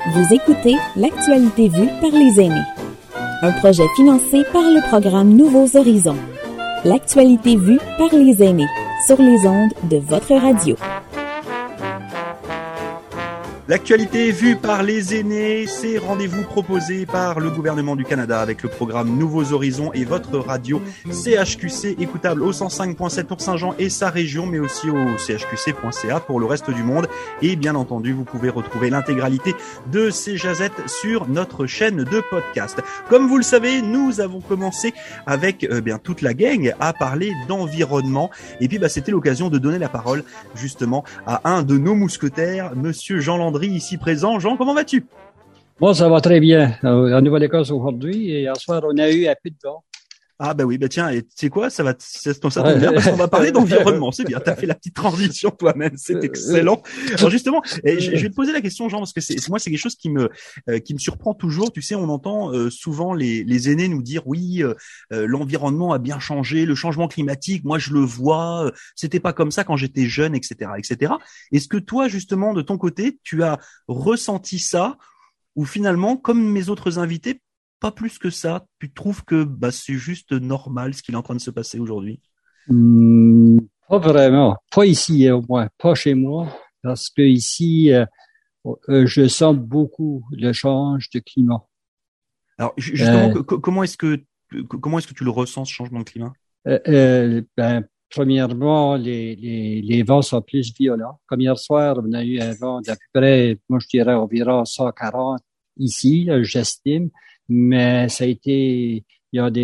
Vous écoutez l'actualité vue par les aînés. Un projet financé par le programme Nouveaux Horizons. L'actualité vue par les aînés sur les ondes de votre radio. L'actualité vue par les aînés, c'est rendez-vous proposé par le gouvernement du Canada avec le programme Nouveaux Horizons et votre radio CHQC, écoutable au 105.7 pour Saint-Jean et sa région, mais aussi au chqc.ca pour le reste du monde. Et bien entendu, vous pouvez retrouver l'intégralité de ces jazettes sur notre chaîne de podcast. Comme vous le savez, nous avons commencé avec toute la gang à parler d'environnement. Et puis c'était l'occasion de donner la parole justement à un de nos mousquetaires, Monsieur Jean Landry, ici présent. Jean, comment vas-tu? Bon, ça va très bien. En Nouvelle-Écosse aujourd'hui, et hier soir, on a eu un peu de vent. Ah tiens, et tu sais quoi, ça tombe bien parce qu'on va parler d'environnement. C'est bien, t'as fait la petite transition toi-même, c'est excellent. Alors justement, je vais te poser la question, Jean, parce que c'est quelque chose qui me surprend toujours. Tu sais, on entend souvent les aînés nous dire oui, l'environnement a bien changé, le changement climatique, moi je le vois, c'était pas comme ça quand j'étais jeune, etc., etc. Est-ce que toi, justement, de ton côté, tu as ressenti ça, ou finalement, comme mes autres invités, pas plus que ça, tu trouves que c'est juste normal ce qui est en train de se passer aujourd'hui? Pas vraiment. Pas ici, au moins. Pas chez moi. Parce que ici, je sens beaucoup le changement de climat. Alors, justement, comment est-ce que tu le ressens, ce changement de climat? Premièrement, les vents sont plus violents. Comme hier soir, on a eu un vent d'à peu près, moi je dirais environ 140 ici, là, j'estime. Mais ça a été, il y a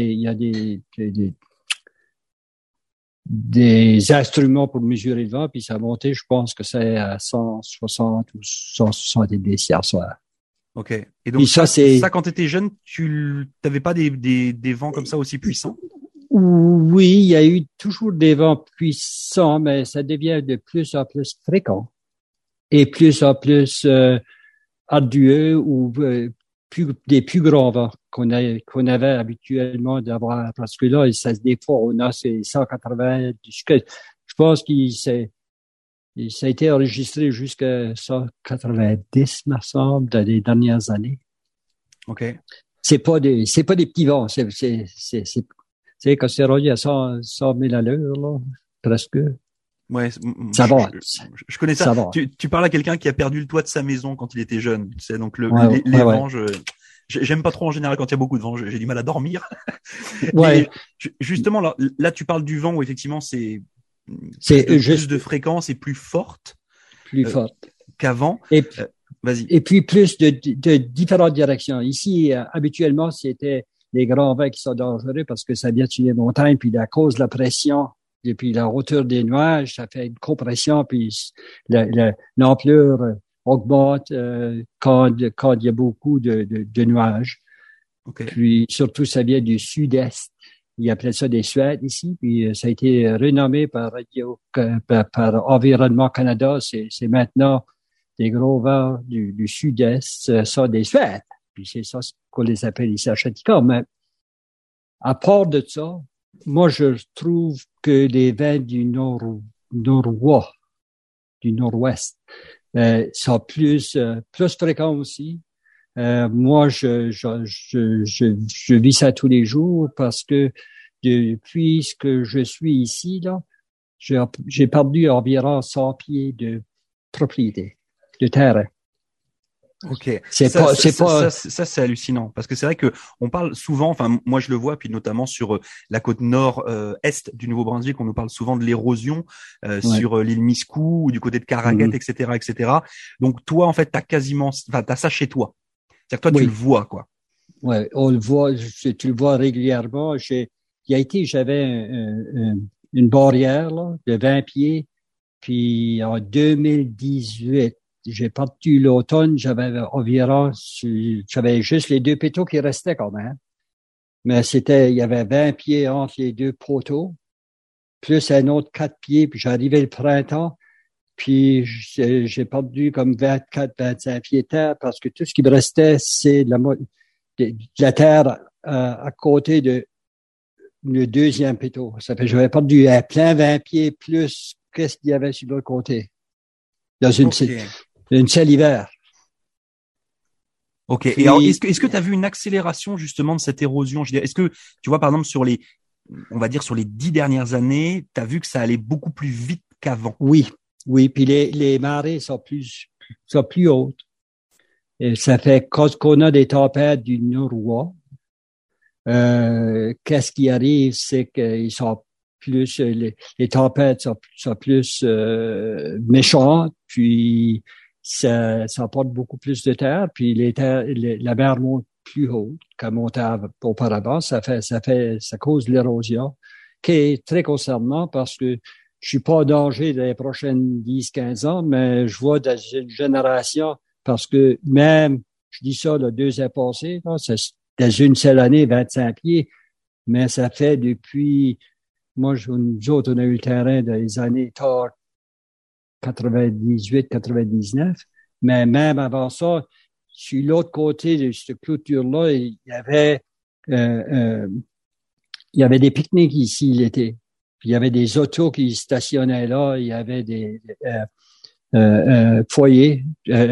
des instruments pour mesurer le vent, puis ça a monté, je pense que c'est à 160 ou 170 hier soir. OK. Et donc, ça, quand tu étais jeune, tu n'avais pas des vents comme ça aussi puissants? Oui, il y a eu toujours des vents puissants, mais ça devient de plus en plus fréquent et plus en plus ardueux ou des plus grands vents qu'on avait habituellement d'avoir, parce que là, des fois, on a ces 180, je pense ça a été enregistré jusqu'à 190, me semble, dans les dernières années. OK. C'est pas des petits vents, c'est quand c'est rendu à 100 000 à l'heure, là, presque. Ouais, ça va. Je connais ça. Tu parles à quelqu'un qui a perdu le toit de sa maison quand il était jeune. Tu sais, donc les vents, j'aime pas trop en général quand il y a beaucoup de vent. J'ai du mal à dormir. Ouais. Mais, justement, là, tu parles du vent où effectivement c'est plus de fréquence et plus forte. Plus forte qu'avant. Vas-y. Et puis plus de différentes directions. Ici, habituellement, c'était les grands vents qui sont dangereux parce que ça vient sur les montagnes, puis à cause de la pression. Et puis la hauteur des nuages, ça fait une compression, puis l'ampleur augmente quand il y a beaucoup de nuages. Okay. Puis surtout, ça vient du sud-est. Ils appelaient ça des Suèdes ici, puis ça a été renommé par Environnement Canada. C'est maintenant des gros vents du sud-est, ça des Suèdes. Puis c'est ça qu'on les appelle ici à Châtillon. Mais à part de ça, moi, je trouve que les vents du nord-ouest, sont plus fréquents aussi. Moi, je vis ça tous les jours parce que depuis que je suis ici, là, j'ai perdu environ 100 pieds de propriété, de terrain. OK. Ça, c'est hallucinant parce que c'est vrai que on parle souvent, enfin moi je le vois, puis notamment sur la côte nord-est du Nouveau-Brunswick, on nous parle souvent de l'érosion sur l'île Miscou ou du côté de Caraguet, etc., etc. Donc toi en fait t'as ça chez toi. C'est-à-dire que toi tu le vois quoi. Ouais, on le voit, tu le vois régulièrement. J'avais une barrière là, de 20 pieds, puis en 2018. J'ai parti l'automne, j'avais juste les deux poteaux qui restaient quand même. Mais il y avait 20 pieds entre les deux poteaux, plus un autre 4 pieds, puis j'arrivais le printemps, puis j'ai perdu comme 24-25 pieds de terre parce que tout ce qui me restait, c'est de la terre à côté de le deuxième poteau. Ça fait que j'avais perdu un plein 20 pieds plus qu'est-ce qu'il y avait sur l'autre côté. Dans une seule hiver. Ok. Et alors, est-ce que tu as vu une accélération justement de cette érosion? Je veux dire, est-ce que tu vois par exemple on va dire sur les 10 dernières années, tu as vu que ça allait beaucoup plus vite qu'avant? Oui. Puis les marées sont plus hautes. Et ça fait qu'on a des tempêtes du nord-ouest. Qu'est-ce qui arrive, c'est qu'ils sont plus, les tempêtes sont plus méchantes, puis ça apporte beaucoup plus de terre, puis la mer monte plus haut qu'elle montait auparavant. Ça cause l'érosion, qui est très concernant parce que je suis pas en danger dans les prochaines 10-15 ans, mais je vois dans une génération, parce que même, je dis ça, le 2 ans passé, là, dans une seule année, 25 pieds, mais ça fait depuis, nous autres, on a eu le terrain dans les années 98, 99, mais même avant ça, sur l'autre côté de cette clôture-là, il y avait des pique-niques ici l'été. Puis il y avait des autos qui stationnaient là, il y avait des foyers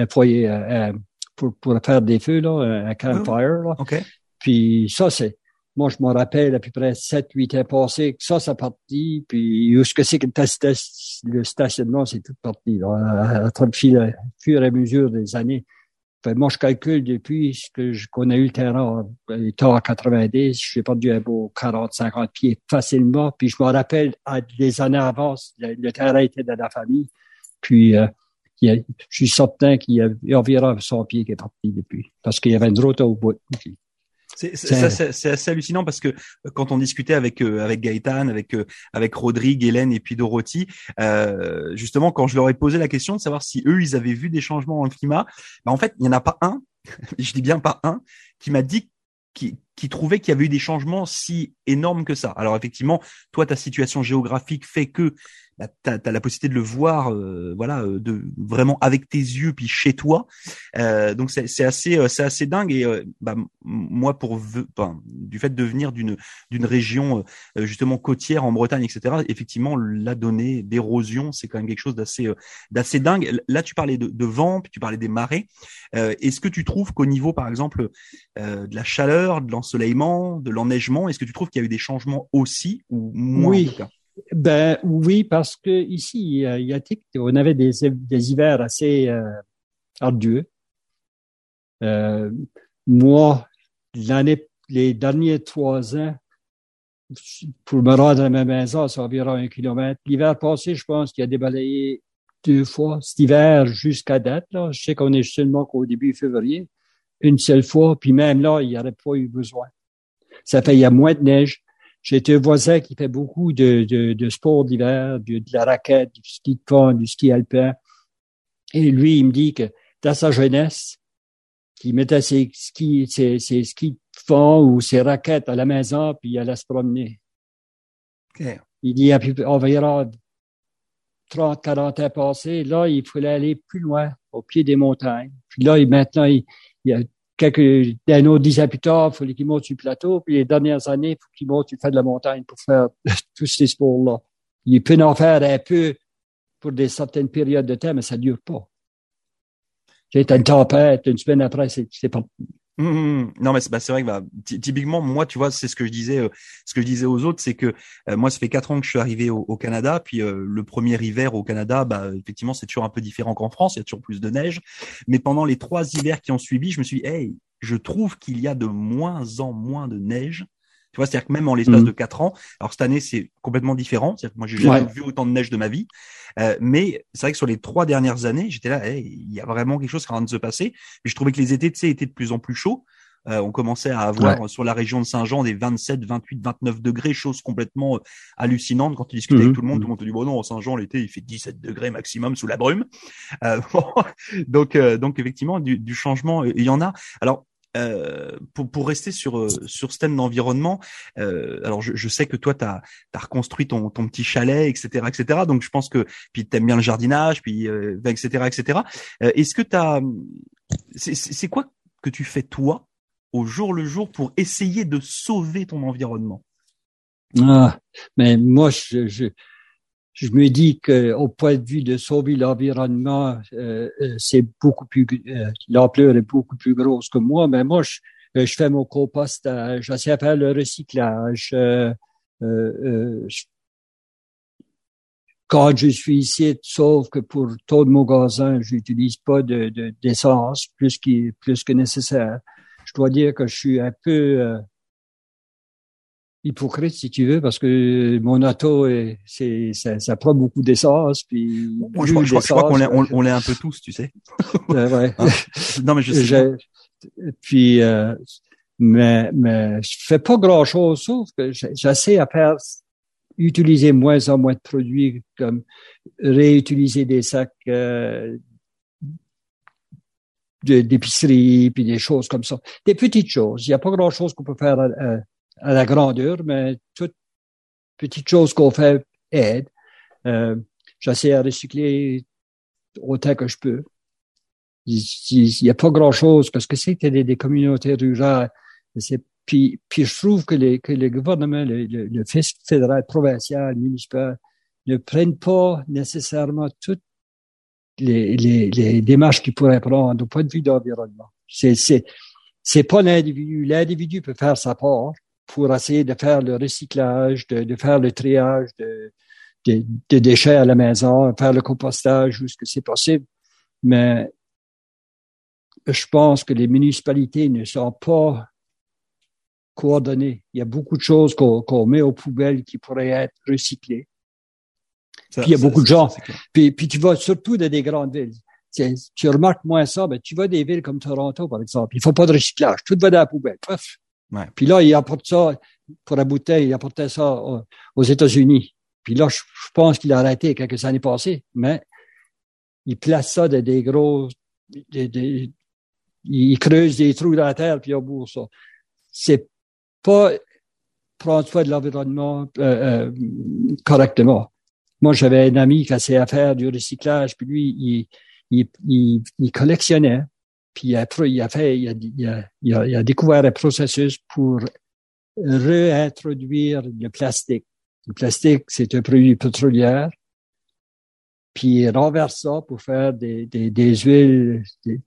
pour faire des feux, là, un campfire, là. Okay. Puis ça, moi, je me rappelle à peu près 7-8 ans passés que ça parti, puis où est-ce que c'est que le stationnement, c'est tout parti, là, à fur et à mesure des années. Fait, moi, je calcule depuis qu'on a eu le terrain en 90, j'ai perdu un beau 40-50 pieds facilement, puis je me rappelle, des années avant, le terrain était de la famille, puis je suis certain qu'il y a environ 100 pieds qui est parti depuis, parce qu'il y avait une route au bout. C'est assez hallucinant parce que quand on discutait avec Gaëtan, avec Rodrigue, Hélène et puis Dorothy, justement quand je leur ai posé la question de savoir si eux ils avaient vu des changements dans le climat, en fait il y en a pas un, je dis bien pas un, qui m'a dit qui trouvait qu'il y avait eu des changements si énormes que ça. Alors effectivement, toi ta situation géographique fait que t'as la possibilité de le voir, de vraiment avec tes yeux puis chez toi. Donc c'est assez dingue. Et moi du fait de venir d'une région justement côtière en Bretagne, etc. Effectivement, la donnée d'érosion, c'est quand même quelque chose d'assez dingue. Là, tu parlais de vent, puis tu parlais des marées. Est-ce que tu trouves qu'au niveau, par exemple, de la chaleur, de l'ensoleillement, de l'enneigement, est-ce que tu trouves qu'il y a eu des changements aussi ou moins? Oui. En tout cas? Ben oui, parce que ici, on avait des hivers assez ardueux. Moi, les derniers 3 ans, pour me rendre à ma maison, c'est environ 1 kilomètre. L'hiver passé, je pense qu'il a débalayé 2 fois. Cet hiver, jusqu'à date, là, je sais qu'on est seulement qu'au début février, une seule fois, puis même là, il n'y aurait pas eu besoin. Ça fait, il y a moins de neige. J'ai un voisin qui fait beaucoup de sport d'hiver, de la raquette, du ski de fond, du ski alpin. Et lui, il me dit que dans sa jeunesse, qu'il mettait ses skis de fond ou ses raquettes à la maison, puis il allait se promener. Okay. Il dit, on va y avoir 30-40 ans passés. Là, il fallait aller plus loin, au pied des montagnes. Puis là, maintenant, il y a un autre 10 ans plus tard, il fallait qu'il monte sur le plateau, puis les dernières années, il faut qu'il monte sur le fait de la montagne pour faire tous ces sports-là. Il peut en faire un peu pour certaines périodes de temps, mais ça dure pas. T'as une tempête, une semaine après, c'est pas... Non, mais c'est vrai que typiquement, moi, tu vois, c'est ce que je disais aux autres, c'est que moi, ça fait 4 ans que je suis arrivé au Canada, puis le premier hiver au Canada, effectivement, c'est toujours un peu différent qu'en France, il y a toujours plus de neige. Mais pendant les 3 hivers qui ont suivi, je me suis dit, hey, je trouve qu'il y a de moins en moins de neige. Tu vois, c'est-à-dire que même en l'espace de 4 ans, alors cette année, c'est complètement différent. C'est-à-dire que moi, j'ai jamais vu autant de neige de ma vie. Mais c'est vrai que sur les 3 dernières années, j'étais là, hey, il y a vraiment quelque chose qui est en train de se passer. Et je trouvais que les étés, tu sais, étaient de plus en plus chauds. On commençait à avoir sur la région de Saint-Jean des 27, 28, 29 degrés, chose complètement hallucinante. Quand tu discutes avec tout le monde te dit, bon non, Saint-Jean, l'été, il fait 17 degrés maximum sous la brume. Donc effectivement, du changement, il y en a. Alors, pour rester sur ce thème d'environnement, alors je sais que toi t'as reconstruit ton petit chalet, etc. Donc je pense que puis t'aimes bien le jardinage, puis etc. Est-ce que c'est quoi que tu fais toi au jour le jour pour essayer de sauver ton environnement? Mais moi je me dis que au point de vue de sauver l'environnement, c'est beaucoup plus l'ampleur est beaucoup plus grosse que moi. Mais moi, je fais mon compostage, j'essaie de faire le recyclage. Quand je suis ici, sauf que pour taux de mon gazon, j'utilise pas d'essence plus que nécessaire. Je dois dire que je suis un peu hypocrite, si tu veux, parce que mon auto, ça prend beaucoup d'essence. Puis bon, je crois qu'on l'est un peu tous, tu sais. Ouais. Hein? Non, mais je sais. Puis, mais je fais pas grand-chose, sauf que j'essaie à faire utiliser moins en moins de produits, comme réutiliser des sacs d'épicerie, puis des choses comme ça. Des petites choses. Il n'y a pas grand-chose qu'on peut faire à la grandeur, mais toutes petites choses qu'on fait aident. J'essaie à recycler autant que je peux. Il n'y a pas grand-chose, parce que c'est des communautés rurales. Puis je trouve que le gouvernement, le fisc fédéral, provincial, municipal, ne prennent pas nécessairement toutes les démarches qu'ils pourraient prendre au point de vue d'environnement. C'est pas l'individu. L'individu peut faire sa part pour essayer de faire le recyclage, de faire le triage de déchets à la maison, faire le compostage où ce que c'est possible. Mais je pense que les municipalités ne sont pas coordonnées. Il y a beaucoup de choses qu'on met aux poubelles qui pourraient être recyclées. Puis il y a beaucoup de gens. Puis tu vas surtout dans des grandes villes. Tu remarques moins ça, mais tu vas des villes comme Toronto, par exemple. Il faut pas de recyclage. Tout va dans la poubelle. Paf. Ouais. Puis là, ils apportent ça pour la bouteille. Ils apportaient ça aux États-Unis. Puis là, je pense qu'il a arrêté quelques années passées. Mais ils placent ça dans des gros... ils creusent des trous dans la terre, puis ils bourrent ça. C'est pas prendre soin de l'environnement correctement. Moi, j'avais un ami qui essayait à faire du recyclage, puis lui, il collectionnait, puis il a découvert un processus pour réintroduire le plastique. Le plastique, c'est un produit pétrolier, puis il renverse ça pour faire des huiles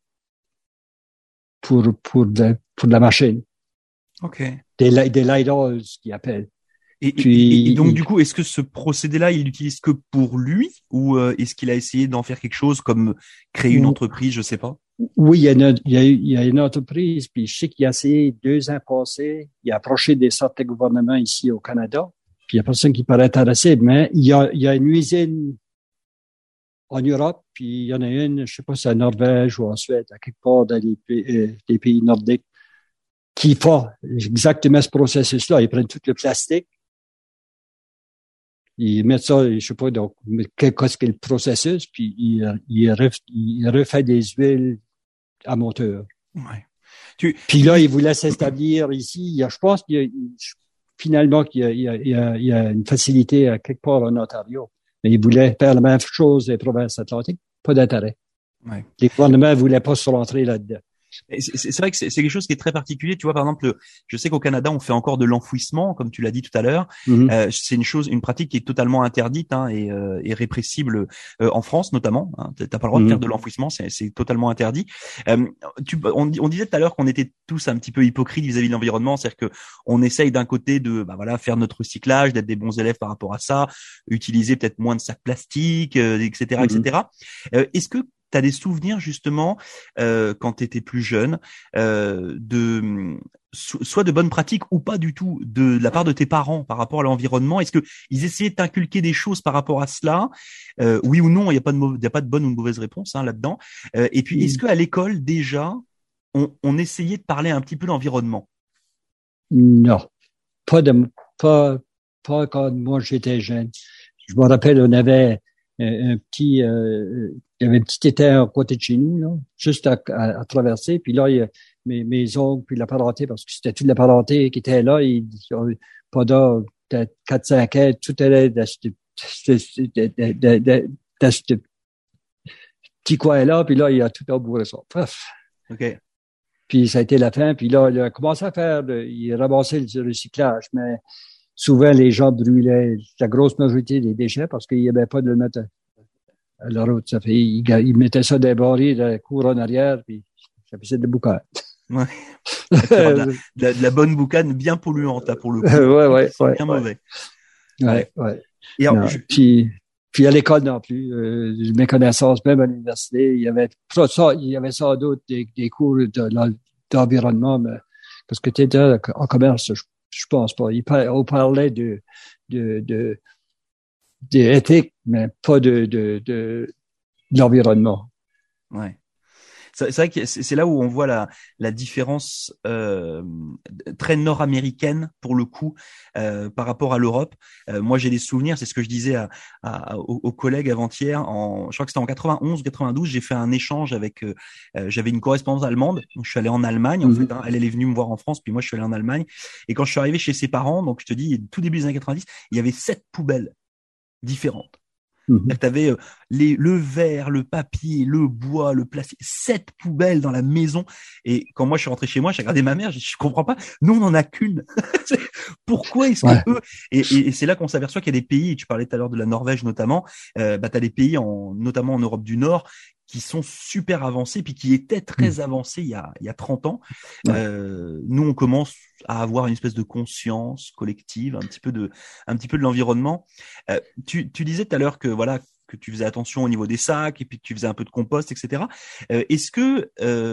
pour la machine. OK. Des light oils, qu'ils appellent. Et donc, du coup, est-ce que ce procédé-là, il l'utilise que pour lui ou est-ce qu'il a essayé d'en faire quelque chose comme créer une entreprise, je sais pas? Oui, il y a une entreprise, puis je sais qu'il a essayé 2 ans passés, il a approché des certains gouvernements ici au Canada, puis il y a personne qui paraît intéressé, mais il y a une usine en Europe, puis il y en a une, je sais pas si c'est en Norvège ou en Suède, à quelque part dans les pays nordiques, qui font exactement ce processus-là. Ils prennent tout le plastique, ils mettent ça, je sais pas, donc, qu'est-ce qu'est le processus, puis ils refait des huiles à moteur. Ouais. Puis là, ils voulaient s'établir ici. Je pense finalement qu'il y a une facilité à quelque part en Ontario. Mais ils voulaient faire la même chose des provinces atlantiques. Pas d'intérêt. Ouais. Les gouvernements voulaient pas se rentrer là-dedans. C'est vrai que c'est quelque chose qui est très particulier. Tu vois, par exemple, je sais qu'au Canada, on fait encore de l'enfouissement, comme tu l'as dit tout à l'heure. Mm-hmm. C'est une pratique qui est totalement interdite et répressible en France notamment. Hein. T'as pas le droit de faire de l'enfouissement, c'est totalement interdit. On disait tout à l'heure qu'on était tous un petit peu hypocrites vis-à-vis de l'environnement, c'est-à-dire que on essaye d'un côté de faire notre recyclage, d'être des bons élèves par rapport à ça, utiliser peut-être moins de sacs plastiques, etc., Mm-hmm. etc. Est-ce que tu as des souvenirs justement quand tu étais plus jeune soit de bonnes pratiques ou pas du tout de la part de tes parents par rapport à l'environnement? Est-ce que ils essayaient de t'inculquer des choses par rapport à cela? Oui ou non? Il y a pas de bonne ou de mauvaise réponse là-dedans. Et puis est-ce que à l'école déjà on essayait de parler un petit peu d'environnement? Non, pas quand moi j'étais jeune. Je me rappelle, on avait un petit il y avait un petit étang à côté de chez nous, là, juste à traverser. Puis là, il y a mes oncles, puis la parenté, parce que c'était toute la parenté qui était là. Pendant peut-être 4-5 ans, tout allait dans ce petit coin-là. Puis là, il a tout embourré ça. Paf. OK. Puis ça a été la fin. Puis là, il a commencé à faire, il ramassait le recyclage. Mais souvent les gens brûlaient la grosse majorité des déchets parce qu'ils n'avaient pas de le mettre à la route. Ça fait, ils mettaient ça dans les barils, dans la cour en arrière, puis ça faisait de boucan. Ouais. De la bonne boucane bien polluante, là, pour le coup. C'est bien mauvais. Ouais. Et alors, puis à l'école non plus, mes connaissances, même à l'université, il y avait sans doute des cours d'environnement, mais parce que tu étais en commerce, je pense pas. On parlait d'éthique, mais pas de l'environnement. Ouais. C'est vrai que c'est là où on voit la différence très nord-américaine pour le coup par rapport à l'Europe. Moi, j'ai des souvenirs, c'est ce que je disais aux collègues avant-hier. Je crois que c'était en 91, 92, j'ai fait un échange avec. J'avais une correspondance allemande. Donc je suis allé en Allemagne. En fait, hein, elle est venue me voir en France, puis moi je suis allé en Allemagne. Et quand je suis arrivé chez ses parents, donc je te dis tout début des années 90, il y avait 7 poubelles différentes. Tu avais le verre, le papier, le bois, le plastique, 7 poubelles dans la maison. Et quand moi je suis rentré chez moi, j'ai regardé ma mère, je comprends pas. Nous on en a qu'une. Pourquoi est-ce que eux et c'est là qu'on s'aperçoit qu'il y a des pays. Tu parlais tout à l'heure de la Norvège notamment. T'as des pays notamment en Europe du Nord qui sont super avancés puis qui étaient très avancés il y a 30 ans. Nous on commence à avoir une espèce de conscience collective, un petit peu de l'environnement. Tu disais tout à l'heure que voilà que tu faisais attention au niveau des sacs et puis que tu faisais un peu de compost, etc. Est-ce que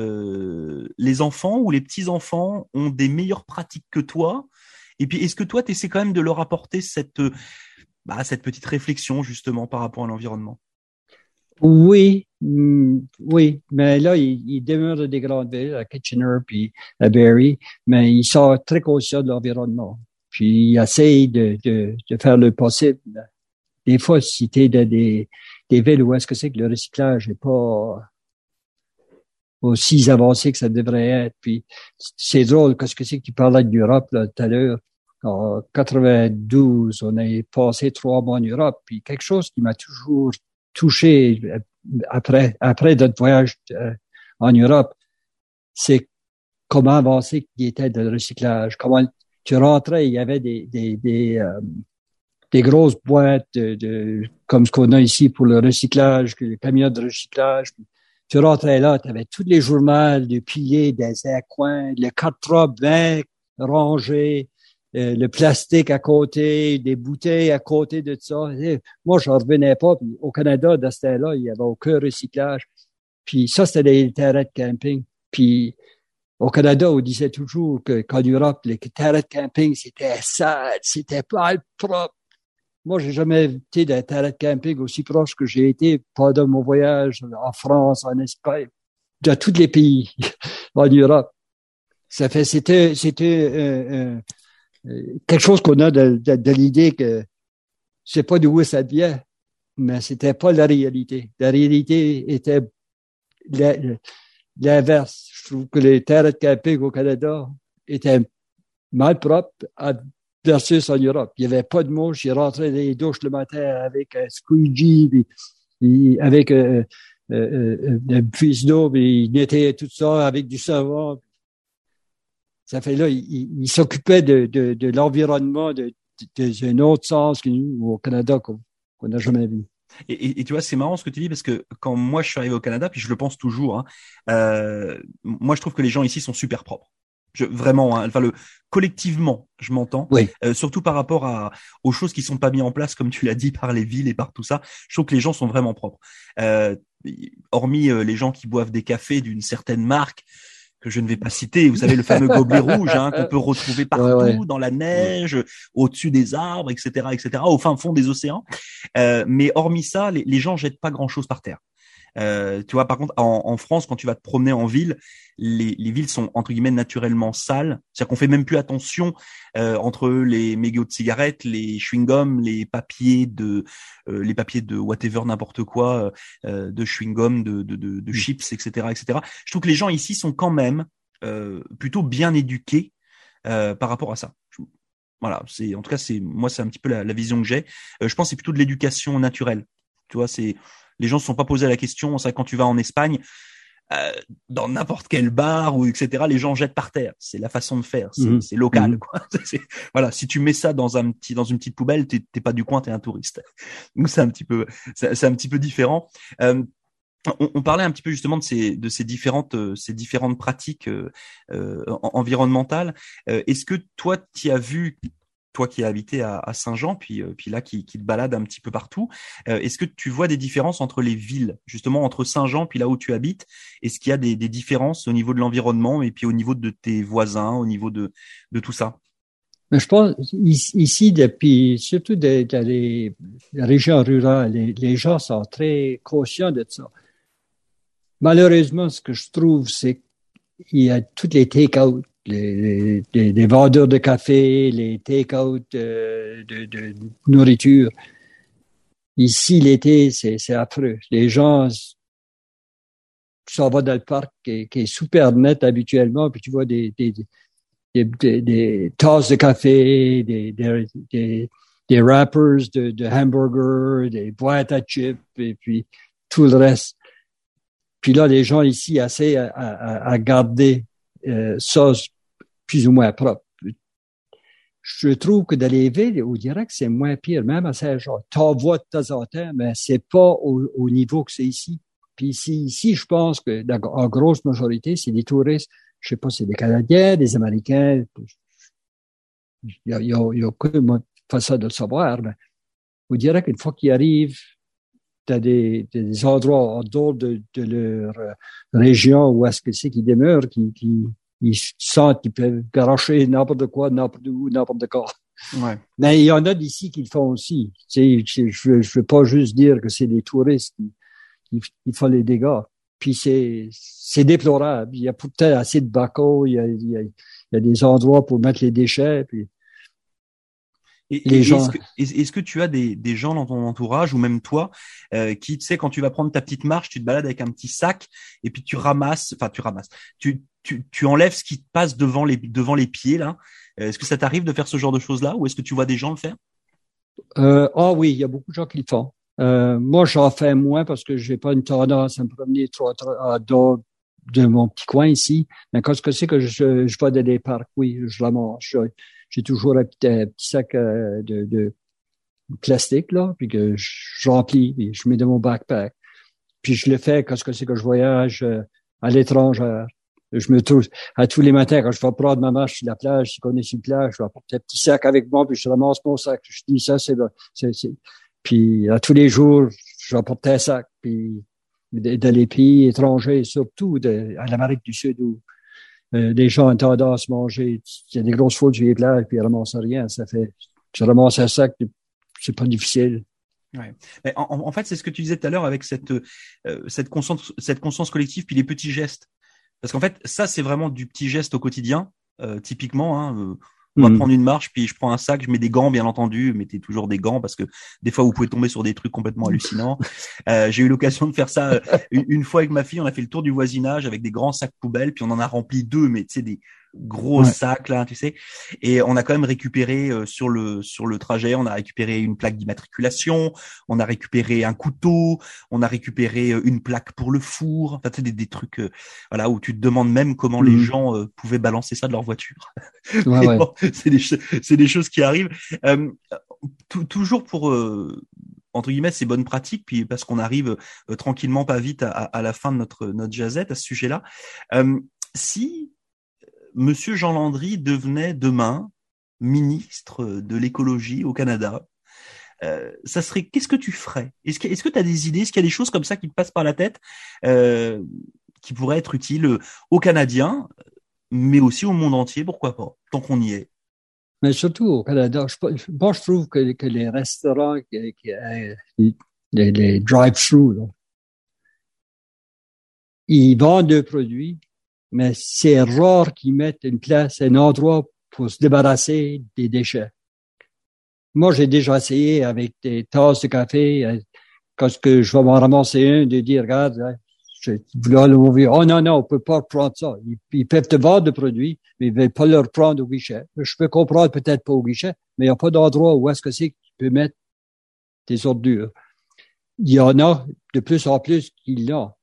les enfants ou les petits-enfants ont des meilleures pratiques que toi? Et puis est-ce que toi tu essaies quand même de leur apporter cette petite réflexion justement par rapport à l'environnement? Oui, mais là, il demeure dans des grandes villes, à Kitchener puis à Barrie, mais ils sont très conscients de l'environnement. Puis ils essayent de faire le possible. Des fois, si t'es dans des villes où est-ce que c'est que le recyclage est pas aussi avancé que ça devrait être. Puis c'est drôle, qu'est-ce que c'est que tu parlais de l'Europe là tout à l'heure. En 92, on est passé 3 mois en Europe, puis quelque chose qui m'a toujours touché après notre voyage en Europe, c'est comment avancé qu'il était de recyclage. Comment tu rentrais, il y avait des grosses boîtes comme ce qu'on a ici pour le recyclage, le camion de recyclage. Tu rentrais là, tu avais tous les journaux de piliers, des coins, le carton bien rangé, le plastique à côté, des bouteilles à côté de ça. Moi, je n'en revenais pas. Puis, au Canada, dans ce temps-là, il n'y avait aucun recyclage. Puis ça, c'était des terrains de camping. Puis au Canada, on disait toujours qu'en Europe, les terrains de camping, c'était sale, c'était pas propre. Moi, j'ai jamais été dans un terrain de camping aussi proche que j'ai été pendant mon voyage en France, en Espagne, dans tous les pays en Europe. Ça fait, c'était quelque chose qu'on a de l'idée que je sais pas d'où ça vient, mais c'était pas la réalité. La réalité était l'inverse. Je trouve que les terrains de camping au Canada étaient mal propres versus en Europe. Il n'y avait pas de mouches. Ils rentraient dans les douches le matin avec un squeegee, puis avec un puits d'eau, puis ils nettoyaient tout ça avec du savon. Ça fait là, ils s'occupaient de l'environnement d'un autre sens que nous, au Canada, qu'on n'a jamais vu. Et tu vois, c'est marrant ce que tu dis parce que quand moi je suis arrivé au Canada, puis je le pense toujours, hein, moi je trouve que les gens ici sont super propres. Vraiment, hein, enfin collectivement, je m'entends. Oui. Surtout par rapport aux choses qui sont pas mises en place, comme tu l'as dit, par les villes et par tout ça. Je trouve que les gens sont vraiment propres. Hormis les gens qui boivent des cafés d'une certaine marque que je ne vais pas citer, vous savez, le fameux gobelet rouge, hein, qu'on peut retrouver partout, dans la neige, au-dessus des arbres, etc., au fin fond des océans. Mais hormis ça, les gens jettent pas grand-chose par terre. Tu vois, par contre, en France, quand tu vas te promener en ville, les villes sont entre guillemets naturellement sales. C'est-à-dire qu'on fait même plus attention entre les mégots de cigarettes, les chewing-gums, les papiers de whatever, n'importe quoi, de chewing-gum, de chips, etc., etc. Je trouve que les gens ici sont quand même plutôt bien éduqués par rapport à ça. Voilà, en tout cas, c'est un petit peu la vision que j'ai. Je pense que c'est plutôt de l'éducation naturelle. Tu vois, les gens ne se sont pas posé la question. Ça, quand tu vas en Espagne, dans n'importe quel bar ou etc. Les gens jettent par terre. C'est la façon de faire. C'est local, quoi. Voilà. Si tu mets ça dans une petite poubelle, t'es pas du coin, t'es un touriste. Donc c'est un petit peu différent. On parlait un petit peu justement de ces différentes pratiques environnementales. Est-ce que toi, t'y as vu, toi qui as habité à Saint-Jean, puis là qui te balade un petit peu partout, est-ce que tu vois des différences entre les villes, justement entre Saint-Jean puis là où tu habites? Est-ce qu'il y a des différences au niveau de l'environnement et puis au niveau de tes voisins, au niveau de tout ça? Mais je pense ici, depuis surtout dans les régions rurales, les gens sont très conscients de ça. Malheureusement, ce que je trouve, c'est qu'il y a toutes les take-out, les vendeurs de café, les take-out de nourriture. Ici, l'été, c'est affreux. Les gens s'en vont dans le parc qui est super net habituellement, puis tu vois des tasses de café, des wrappers de hamburgers, des boîtes à chips, et puis tout le reste. Puis là, les gens ici essaient à garder ça plus ou moins propre. Je trouve que dans les villes, on dirait que c'est moins pire, même à Saint-Jean. T'en vois de temps en temps, mais c'est pas au niveau que c'est ici. Puis ici, je pense que en grosse majorité, c'est des touristes. Je sais pas, c'est des Canadiens, des Américains. Il y a aucune façon de le savoir, mais on dirait qu'une fois qu'ils arrivent, t'as des endroits en dehors de leur région où est-ce que c'est qu'ils demeurent, ils sentent qu'ils peuvent garocher n'importe quoi, n'importe où, n'importe quand. Ouais. Mais il y en a d'ici qui le font aussi. Tu sais, je veux pas juste dire que c'est des touristes qui font les dégâts. Puis c'est déplorable. Il y a peut-être assez de bacos, il y a des endroits pour mettre les déchets, puis est-ce que tu as des gens dans ton entourage ou même toi qui, tu sais, quand tu vas prendre ta petite marche, tu te balades avec un petit sac et puis tu enlèves ce qui te passe devant les pieds là. Est-ce que ça t'arrive de faire ce genre de choses-là ou est-ce que tu vois des gens le faire? Oui, il y a beaucoup de gens qui le font. Moi, j'en fais moins parce que j'ai pas une tendance à me promener trop dehors de mon petit coin ici. Mais quand c'est que je vais dans des parcs, oui, je la mange. J'ai toujours un petit sac de plastique, là, puis que je remplis, puis je mets dans mon backpack. Puis je le fais quand c'est que je voyage à l'étranger. Je me trouve, à tous les matins, quand je vais prendre ma marche sur la plage, si on est sur la plage, je vais apporter un petit sac avec moi, puis je ramasse mon sac. Je dis, ça, c'est. Puis à tous les jours, je vais apporter un sac, puis dans les pays étrangers, surtout à l'Amérique du Sud, où les gens ont tendance à manger. Il y a des grosses foules sur les plages, puis ils ramassent rien. Tu ramasses un sac, c'est pas difficile. Ouais. Mais en fait, c'est ce que tu disais tout à l'heure avec cette conscience collective, puis les petits gestes. Parce qu'en fait, ça, c'est vraiment du petit geste au quotidien. Typiquement, hein, on va prendre une marche, puis je prends un sac, je mets des gants, bien entendu, mettez toujours des gants parce que des fois vous pouvez tomber sur des trucs complètement hallucinants. J'ai eu l'occasion de faire ça une fois avec ma fille. On a fait le tour du voisinage avec des grands sacs poubelles, puis on en a rempli 2, mais tu sais des gros sacs là, tu sais. Et on a quand même récupéré sur le trajet, on a récupéré une plaque d'immatriculation, on a récupéré un couteau, on a récupéré une plaque pour le four. Enfin, tu sais, des trucs voilà où tu te demandes même comment les gens pouvaient balancer ça de leur voiture. Ouais. Bon, c'est des choses qui arrivent. Toujours pour entre guillemets ces bonnes pratiques, puis parce qu'on arrive tranquillement pas vite à la fin de notre jazzette à ce sujet-là. Si Monsieur Jean Landry devenait demain ministre de l'écologie au Canada, ça serait, qu'est-ce que tu ferais? Est-ce que tu as des idées? Est-ce qu'il y a des choses comme ça qui te passent par la tête qui pourraient être utiles aux Canadiens, mais aussi au monde entier, pourquoi pas, tant qu'on y est? Mais surtout au Canada, moi, je trouve que les restaurants, les drive-thru, là, ils vendent des produits, mais c'est rare qu'ils mettent une place, un endroit pour se débarrasser des déchets. Moi, j'ai déjà essayé avec des tasses de café, quand je vais m'en ramasser un, de dire, regarde, je voulais l'ouvrir. Oh non, on peut pas prendre ça. Ils peuvent te vendre des produits, mais ils veulent pas leur prendre au guichet. Je peux comprendre peut-être pas au guichet, mais il n'y a pas d'endroit où est-ce que c'est que tu peux mettre tes ordures. Il y en a de plus en plus qu'il y a.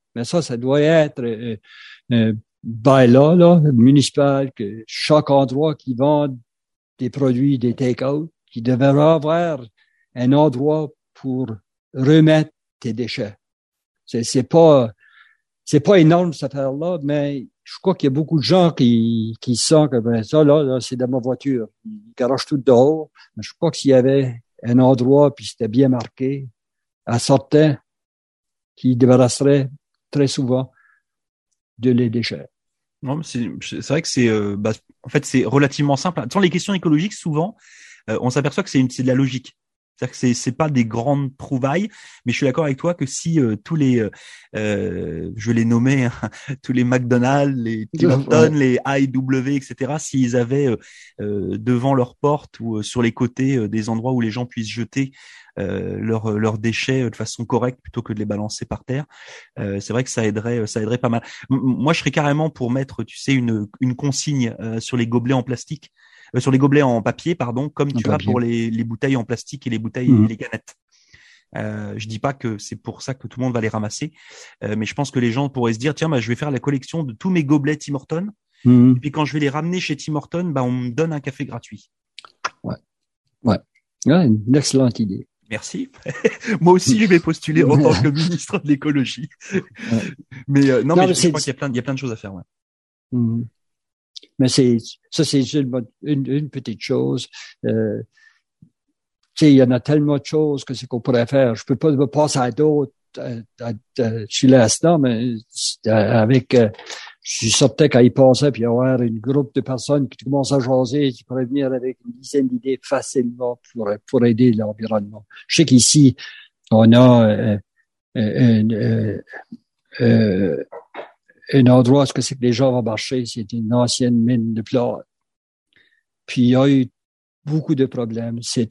Mais ça doit être by-law, là, municipal, que chaque endroit qui vend des produits, des take-out, qui devrait avoir un endroit pour remettre tes déchets. C'est pas énorme, cette affaire-là, mais je crois qu'il y a beaucoup de gens qui sentent que ben, ça, là, c'est dans ma voiture. Ils garagent tout dehors. Mais je crois que s'il y avait un endroit, puis c'était bien marqué, à certains qui débarrasseraient très souvent de les déchets. Non, mais c'est vrai que c'est en fait c'est relativement simple. Dans les questions écologiques, souvent, on s'aperçoit que c'est de la logique. C'est-à-dire que c'est pas des grandes trouvailles, mais je suis d'accord avec toi que si tous les je les nommais hein, tous les McDonald's, les Tim Hortons, les IW, etc. S'ils avaient devant leur porte ou sur les côtés des endroits où les gens puissent jeter leurs déchets de façon correcte plutôt que de les balancer par terre, c'est vrai que ça aiderait pas mal. Moi, je serais carrément pour mettre, tu sais, une consigne sur les gobelets en plastique. Sur les gobelets en papier, pardon, comme tu as pour les bouteilles en plastique et les bouteilles et les canettes. Je dis pas que c'est pour ça que tout le monde va les ramasser, mais je pense que les gens pourraient se dire tiens, bah, je vais faire la collection de tous mes gobelets Tim Hortons, et puis quand je vais les ramener chez Tim Hortons, bah, on me donne un café gratuit. Ouais, une excellente idée. Merci. Moi aussi, je vais postuler en tant que ministre de l'écologie. Mais je crois qu'il y a plein de choses à faire. Ouais. Mais c'est une petite chose. Tu sais, il y en a tellement de choses que c'est qu'on pourrait faire. Je peux pas me passer à d'autres sur l'instant, mais avec je suis certain qu'à y passer, puis y avoir une groupe de personnes qui commencent à jaser, qui pourraient venir avec une dizaine d'idées facilement pour aider l'environnement. Je sais qu'ici, on a un endroit où c'est que les gens vont marcher, c'est une ancienne mine de plomb. Puis il y a eu beaucoup de problèmes. C'est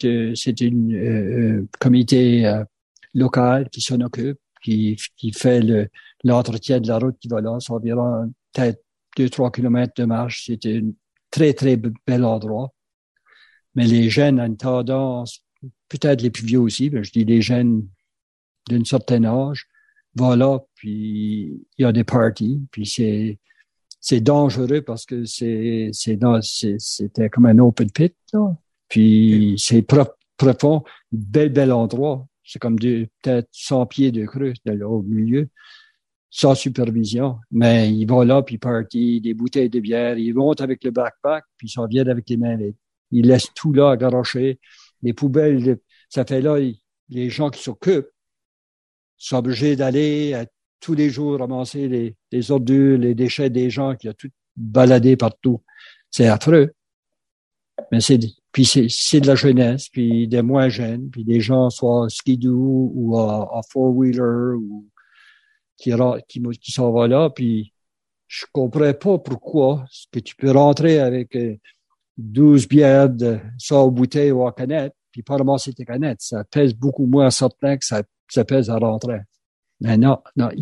une comité local qui s'en occupe, qui fait l'entretien de la route qui va là. C'est environ peut-être 2-3 kilomètres de marche. C'était un très, très bel endroit. Mais les jeunes ont une tendance, peut-être les plus vieux aussi, mais je dis les jeunes d'un certain âge, vont là, puis il y a des parties, puis c'est dangereux parce que c'était comme un open pit, là. Puis c'est profond, bel endroit. C'est comme peut-être 100 pieds de creux là, au milieu, sans supervision. Mais ils vont là, puis party, des bouteilles de bière, ils montent avec le backpack, puis ils s'en viennent avec les mains vides. Ils laissent tout là à garocher. Les poubelles, ça fait là, les gens qui s'occupent sont obligés d'aller tous les jours ramasser les ordures, les déchets des gens qui ont tout baladé partout. C'est affreux. Mais c'est de la jeunesse, puis des moins jeunes, puis des gens soit en skidoo ou en four-wheeler ou qui s'en vont là, puis je comprends pas pourquoi que tu peux rentrer avec 12 bières soit en bouteille ou en canette, puis pas ramasser tes canettes. Ça pèse beaucoup moins certain que ça pèse à rentrer. Mais non,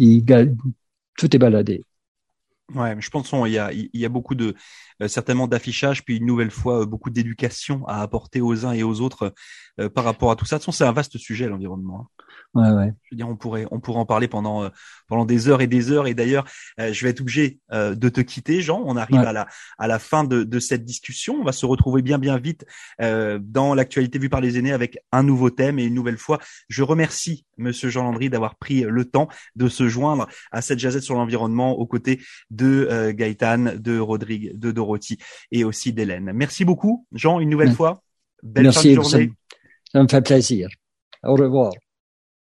tout est baladé. Ouais, mais je pense qu'il y a beaucoup de certainement d'affichage, puis une nouvelle fois beaucoup d'éducation à apporter aux uns et aux autres par rapport à tout ça. De toute façon, c'est un vaste sujet, l'environnement. Ouais. Je veux dire, on pourrait en parler pendant des heures et des heures. Et d'ailleurs, je vais être obligé de te quitter, Jean. On arrive à la fin de cette discussion. On va se retrouver bien vite dans l'actualité vue par les aînés avec un nouveau thème. Et une nouvelle fois, je remercie Monsieur Jean Landry d'avoir pris le temps de se joindre à cette jazette sur l'environnement aux côtés de Gaëtan, de Rodrigue, de Dorothy et aussi d'Hélène. Merci beaucoup, Jean, une nouvelle fois. Belle fin de journée. Ça me fait plaisir. Au revoir.